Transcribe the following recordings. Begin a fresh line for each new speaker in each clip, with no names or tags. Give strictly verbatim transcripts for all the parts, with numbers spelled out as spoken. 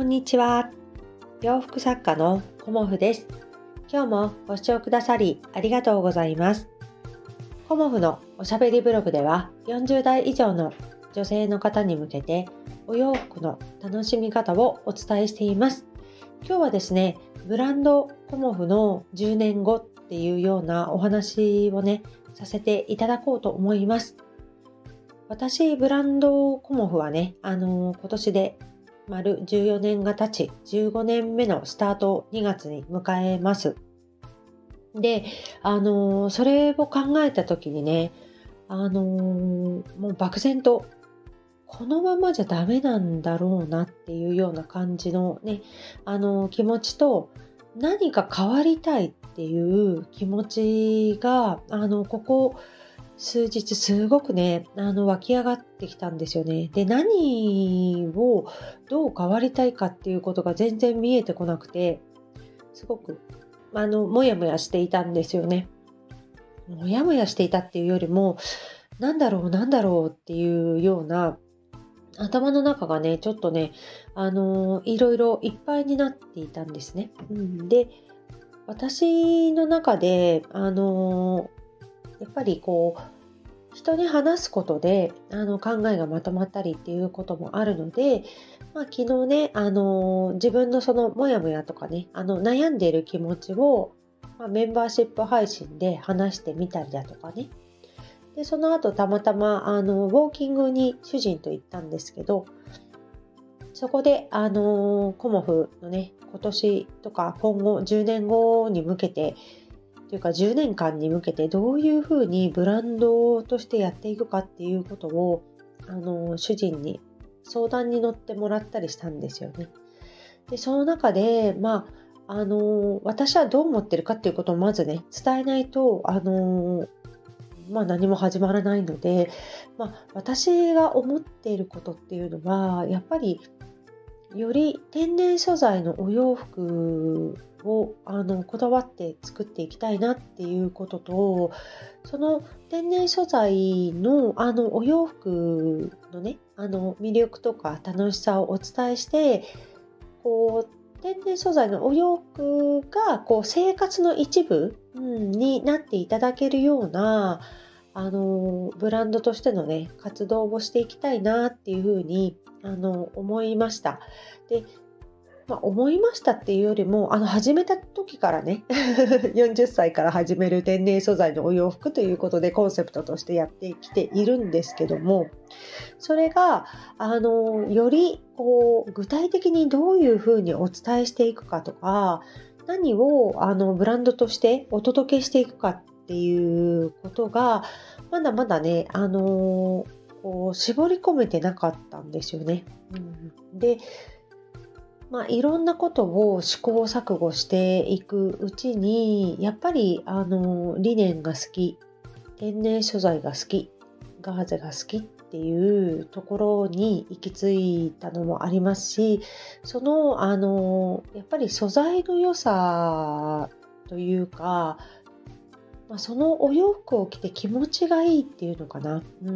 にちは。洋服作家のコモフです。今日もご視聴くださりありがとうございます。コモフのおしゃべりブログではよんじゅうだい以上の女性の方に向けてお洋服の楽しみ方をお伝えしています。今日はですね、ブランドコモフのじゅうねんごっていうようなお話をね、させていただこうと思います。私、ブランドコモフはね、あの今年で丸じゅうよねんが経ち、じゅうごねんめのスタートをにがつに迎えます。で、あのそれを考えた時にね、あのもう漠然とこのままじゃダメなんだろうなっていうような感じのね、あの気持ちと、何か変わりたいっていう気持ちが、あのここ数日すごくね、あの湧き上がってきたんですよね。で、何をどう変わりたいかっていうことが全然見えてこなくて、すごくあのもやもやしていたんですよね。もやもやしていたっていうよりも、なんだろうなんだろうっていうような頭の中がね、ちょっとね、あのいろいろいっぱいになっていたんですね。うん、で、私の中で、あのやっぱりこう、人に話すことであの考えがまとまったりっていうこともあるので、まあ、昨日ね、あの自分のそのモヤモヤとかね、あの悩んでいる気持ちを、まあ、メンバーシップ配信で話してみたりだとかね。で、その後たまたまあのウォーキングに主人と行ったんですけど、そこであのコモフのね、今年とか今後じゅうねんごに向けてというかじゅうねんかんに向けてどういうふうにブランドとしてやっていくかっていうことをあの主人に相談に乗ってもらったりしたんですよね。で、その中で、まあ、あの私はどう思ってるかっていうことをまずね伝えないとあの、まあ、何も始まらないので、まあ、私が思っていることっていうのはやっぱりより天然素材のお洋服をあのこだわって作っていきたいなっていうことと、その天然素材のあのお洋服のね、あの魅力とか楽しさをお伝えして、こう天然素材のお洋服がこう生活の一部、うん、になっていただけるようなあのブランドとしてのね活動をしていきたいなっていうふうにあの思いました。で、まあ、思いましたっていうよりも、あの始めた時からねよんじゅっさいから始める天然素材のお洋服ということでコンセプトとしてやってきているんですけども、それがあのよりこう具体的にどういうふうにお伝えしていくかとか、何をあのブランドとしてお届けしていくかっていうことがまだまだね、あのこう絞り込めてなかったんですよね。うん、で、まあ、いろんなことを試行錯誤していくうちに、やっぱりあの理念が好き、天然素材が好き、ガーゼが好きっていうところに行き着いたのもありますし、そのあのやっぱり素材の良さというか、まあ、そのお洋服を着て気持ちがいいっていうのかな、うん、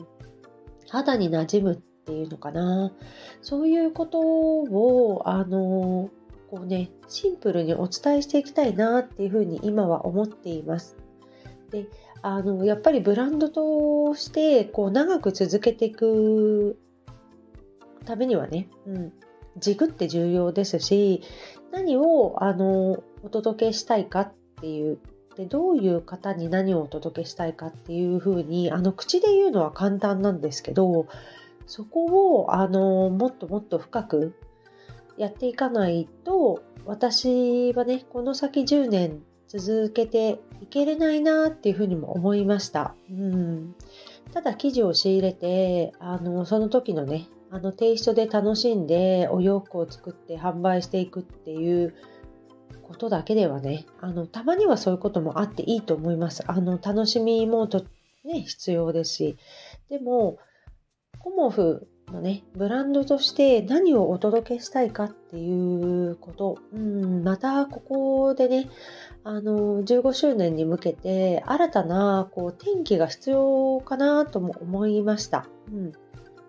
肌に馴染むっていうのかな、そういうことをあのこうねシンプルにお伝えしていきたいなっていうふうに今は思っています。で、あのやっぱりブランドとしてこう長く続けていくためにはね、うん、軸って重要ですし、何をあのお届けしたいかっていうで、どういう方に何をお届けしたいかっていうふうにあの口で言うのは簡単なんですけど、そこをあのもっともっと深くやっていかないと、私はねこの先じゅうねん続けていけれないなっていうふうにも思いました。うん、ただ生地を仕入れてあのその時のねあのテイストで楽しんでお洋服を作って販売していくっていうことだけではね、あのたまにはそういうこともあっていいと思います。あの楽しみもと、ね、必要ですし、でもコモフのねブランドとして何をお届けしたいかっていうこと、うん、またここでねあのじゅうごしゅうねんに向けて新たなこう転機が必要かなとも思いました。うん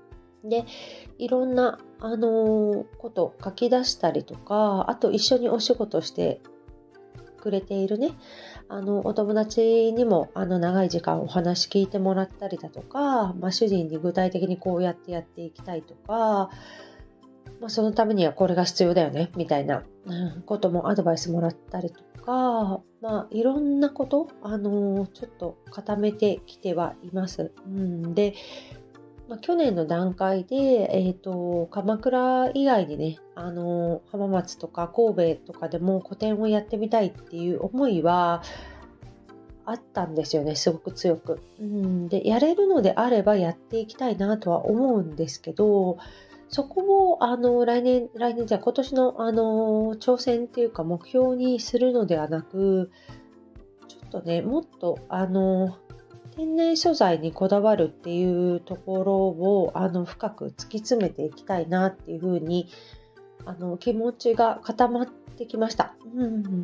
で、いろんな、あのーこと書き出したりとか、あと一緒にお仕事してくれているね、あのお友達にもあの長い時間お話聞いてもらったりだとか、まあ、主人に具体的にこうやってやっていきたいとか、まあ、そのためにはこれが必要だよねみたいな、うん、こともアドバイスもらったりとか、まあ、いろんなこと、あのーちょっと固めてきてはいます。うん、で、まあ、去年の段階で、えーと、鎌倉以外にね、あのー浜松とか神戸とかでも個展をやってみたいっていう思いはあったんですよね、すごく強く。うん、で、やれるのであればやっていきたいなとは思うんですけど、そこをあの来年、来年じゃあ今年のあの挑戦っていうか目標にするのではなく、ちょっとね、もっとあの天然素材にこだわるっていうところをあの深く突き詰めていきたいなっていうふうにあの気持ちが固まってきました。うん、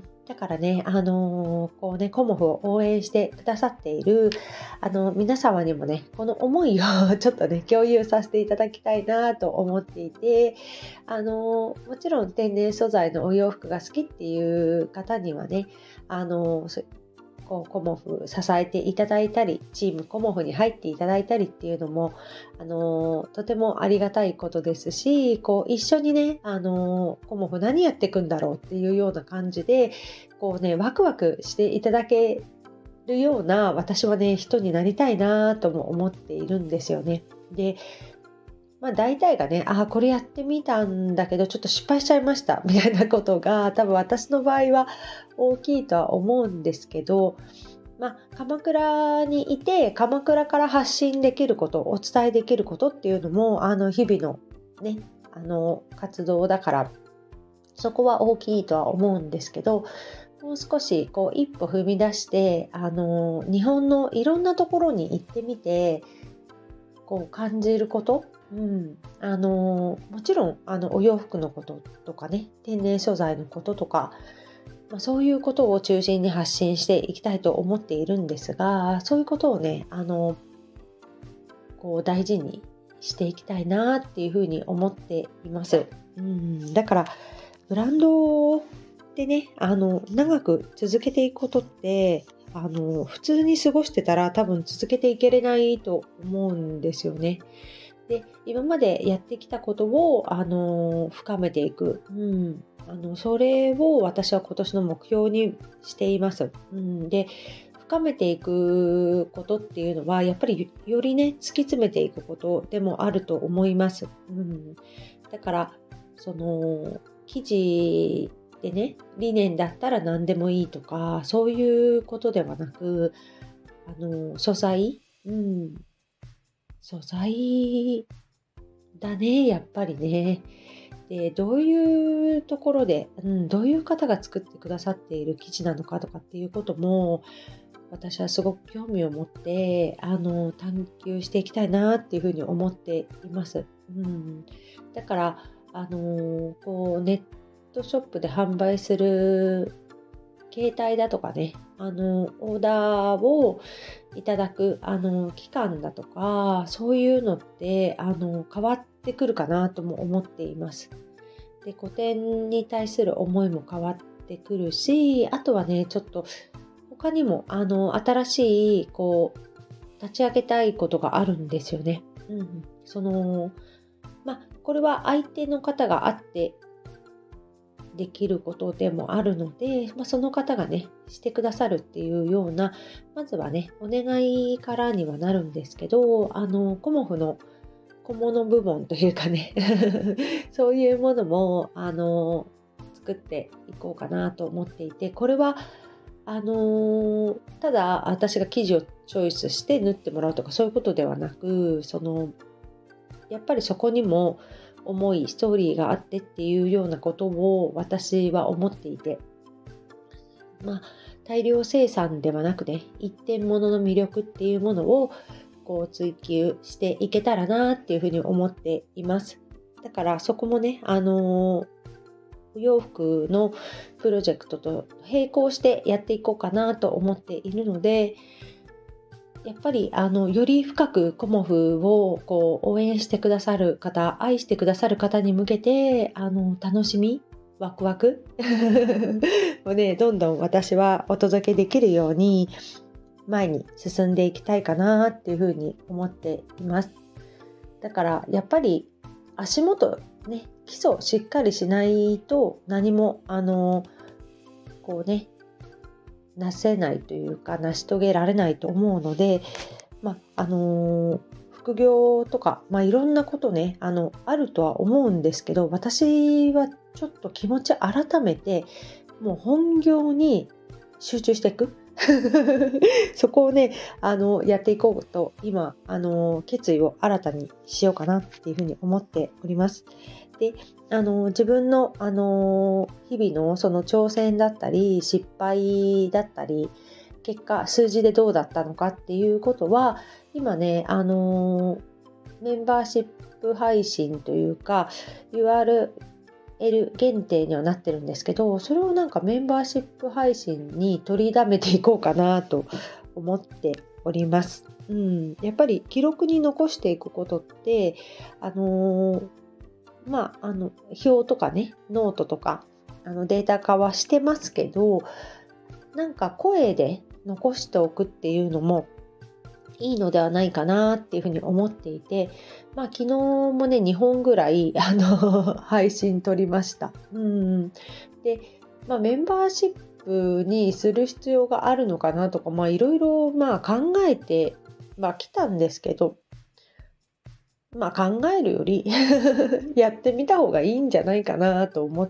だからね、あのーこうね、コモフを応援してくださっているあの皆様にもね、この思いをちょっとね、共有させていただきたいなと思っていて、あのーもちろん天然素材のお洋服が好きっていう方にはね、あのーそこうコモフ支えていただいたり、チームコモフに入っていただいたりっていうのも、あのとてもありがたいことですし、こう一緒にね、あのコモフ何やっていくんだろうっていうような感じで、こうね、ワクワクしていただけるような、私はね、人になりたいなとも思っているんですよね。で、まあ大体がね、ああ、これやってみたんだけど、ちょっと失敗しちゃいました、みたいなことが、多分私の場合は大きいとは思うんですけど、まあ、鎌倉にいて、鎌倉から発信できること、お伝えできることっていうのも、あの、日々のね、あの、活動だから、そこは大きいとは思うんですけど、もう少しこう一歩踏み出して、あの、日本のいろんなところに行ってみて、こう感じること、うん、あのもちろんあのお洋服のこととかね、天然素材のこととか、まあ、そういうことを中心に発信していきたいと思っているんですが、そういうことをね、あのこう大事にしていきたいなっていうふうに思っています。うん、だからブランドでね、あの長く続けていくことってあの普通に過ごしてたら多分続けていけれないと思うんですよね。で、今までやってきたことをあの深めていく、うん、あのそれを私は今年の目標にしています。うん、で、深めていくことっていうのはやっぱりよりね突き詰めていくことでもあると思います。うん、だからその記事でね、理念だったら何でもいいとかそういうことではなく、あの素材、うん、素材だね、やっぱりね。で、どういうところで、うん、どういう方が作ってくださっている記事なのかとかっていうことも、私はすごく興味を持って、あの、探求していきたいなっていうふうに思っています。うん、だから、あの、こう、ネットショップで販売する携帯だとかね、あの、オーダーをいただく、あの、期間だとか、そういうのって、あの、変わってくるかなとも思っています。で、個展に対する思いも変わってくるし、あとはね、ちょっと、他にも、あの、新しい、こう、立ち上げたいことがあるんですよね。うん。その、まあ、これは相手の方があってできることでもあるので、まあ、その方がね、してくださるっていうような、まずはね、お願いからにはなるんですけど、あの、コモフの小物部門というかね、そういうものも、あの、作っていこうかなと思っていて、これは、あの、ただ私が生地をチョイスして縫ってもらうとかそういうことではなく、その、やっぱりそこにも思い、ストーリーがあってっていうようなことを私は思っていて、まあ、大量生産ではなくね、一点物の魅力っていうものをこう追求していけたらなっていうふうに思っています。だからそこもね、あのーお洋服のプロジェクトと並行してやっていこうかなと思っているので、 やっぱりあのより深くコモフをこう応援してくださる方、愛してくださる方に向けてあの楽しみ、ワクワクをね、どんどん私はお届けできるように前に進んでいきたいかなっていうふうに思っています。だからやっぱり足元ね、基礎しっかりしないと何もあのこうねなせないというか成し遂げられないと思うので、まああのー副業とか、まあ、いろんなことねあのあるとは思うんですけど、私はちょっと気持ち改めてもう本業に集中していくそこをねあのやっていこうと今あの決意を新たにしようかなっていうふうに思っております。であの自分の、あの日々のその挑戦だったり失敗だったり結果数字でどうだったのかっていうことは今ね、あのメンバーシップ配信というか ユーアールエル 限定にはなってるんですけど、それをなんかメンバーシップ配信に取りだめていこうかなと思っております。うん、やっぱり記録に残していくことってあのーまああの表とかねノートとかあのデータ化はしてますけど、なんか声で残しておくっていうのもいいのではないかなっていうふうに思っていて、まあ昨日もねにほんぐらいあの配信撮りました。うんで、まあ、メンバーシップにする必要があるのかなとか、まあいろいろまあ考えてまあ来たんですけど、まあ考えるよりやってみた方がいいんじゃないかなと思って、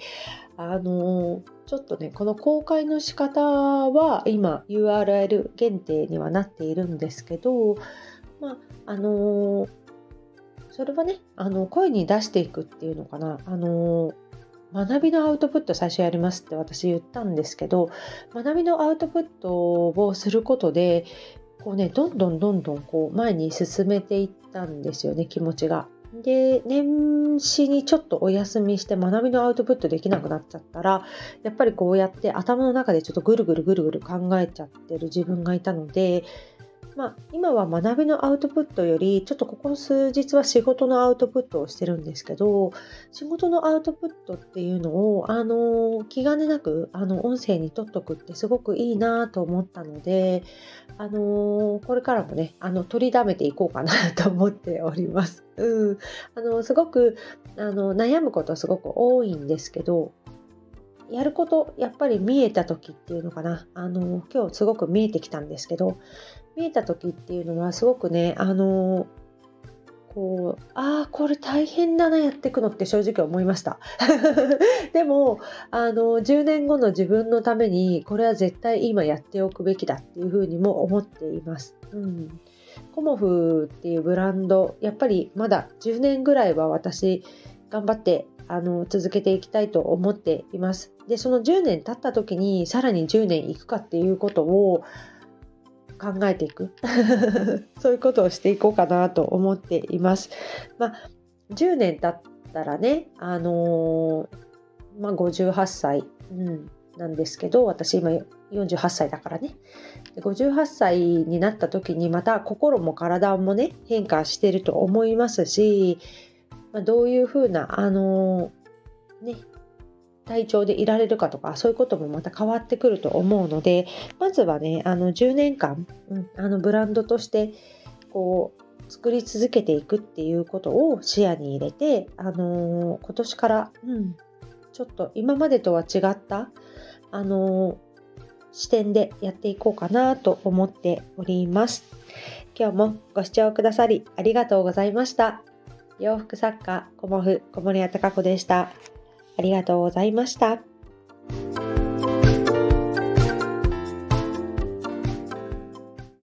あのちょっとねこの公開の仕方は今 ユーアールエル 限定にはなっているんですけど、まああのそれはねあの声に出していくっていうのかな、あの学びのアウトプット最初やりますって私言ったんですけど、学びのアウトプットをすることでこうねどんどんどんどんこう前に進めていったんですよね、気持ちが。で年始にちょっとお休みして学びのアウトプットできなくなっちゃったら、やっぱりこうやって頭の中でちょっとぐるぐるぐるぐる考えちゃってる自分がいたので、まあ、今は学びのアウトプットよりちょっとここ数日は仕事のアウトプットをしてるんですけど、仕事のアウトプットっていうのをあの気兼ねなくあの音声に取っとくってすごくいいなと思ったので、あのこれからもねあの取りだめていこうかなと思っております。うん、あのすごくあの悩むことはすごく多いんですけど、やることやっぱり見えた時っていうのかな、あの今日すごく見えてきたんですけど、見えた時っていうのはすごくねあのこうああこれ大変だなやっていくのって正直思いましたでもあのじゅうねんごの自分のためにこれは絶対今やっておくべきだっていうふうにも思っています。うん、コモフっていうブランドやっぱりまだじゅうねんぐらいは私頑張ってあの続けていきたいと思っています。でそのじゅうねん経った時にさらにじゅうねんいくかっていうことを考えていくそういうことをしていこうかなと思っています。まあ、じゅうねん経ったらね、あのーまあ、ごじゅうはっさい、うん、なんですけど、私今よんじゅうはっさいだからね、でごじゅうはっさいになった時にまた心も体もね変化してると思いますし、まあ、どういうふうなあのーね体調でいられるかとかそういうこともまた変わってくると思うので、まずはねあのじゅうねんかん、うん、あのブランドとしてこう作り続けていくっていうことを視野に入れて、あのー今年から、うん、ちょっと今までとは違った、あのー視点でやっていこうかなと思っております。今日もご視聴くださりありがとうございました。洋服作家コモフ小森屋隆子でした。ありがとうございました。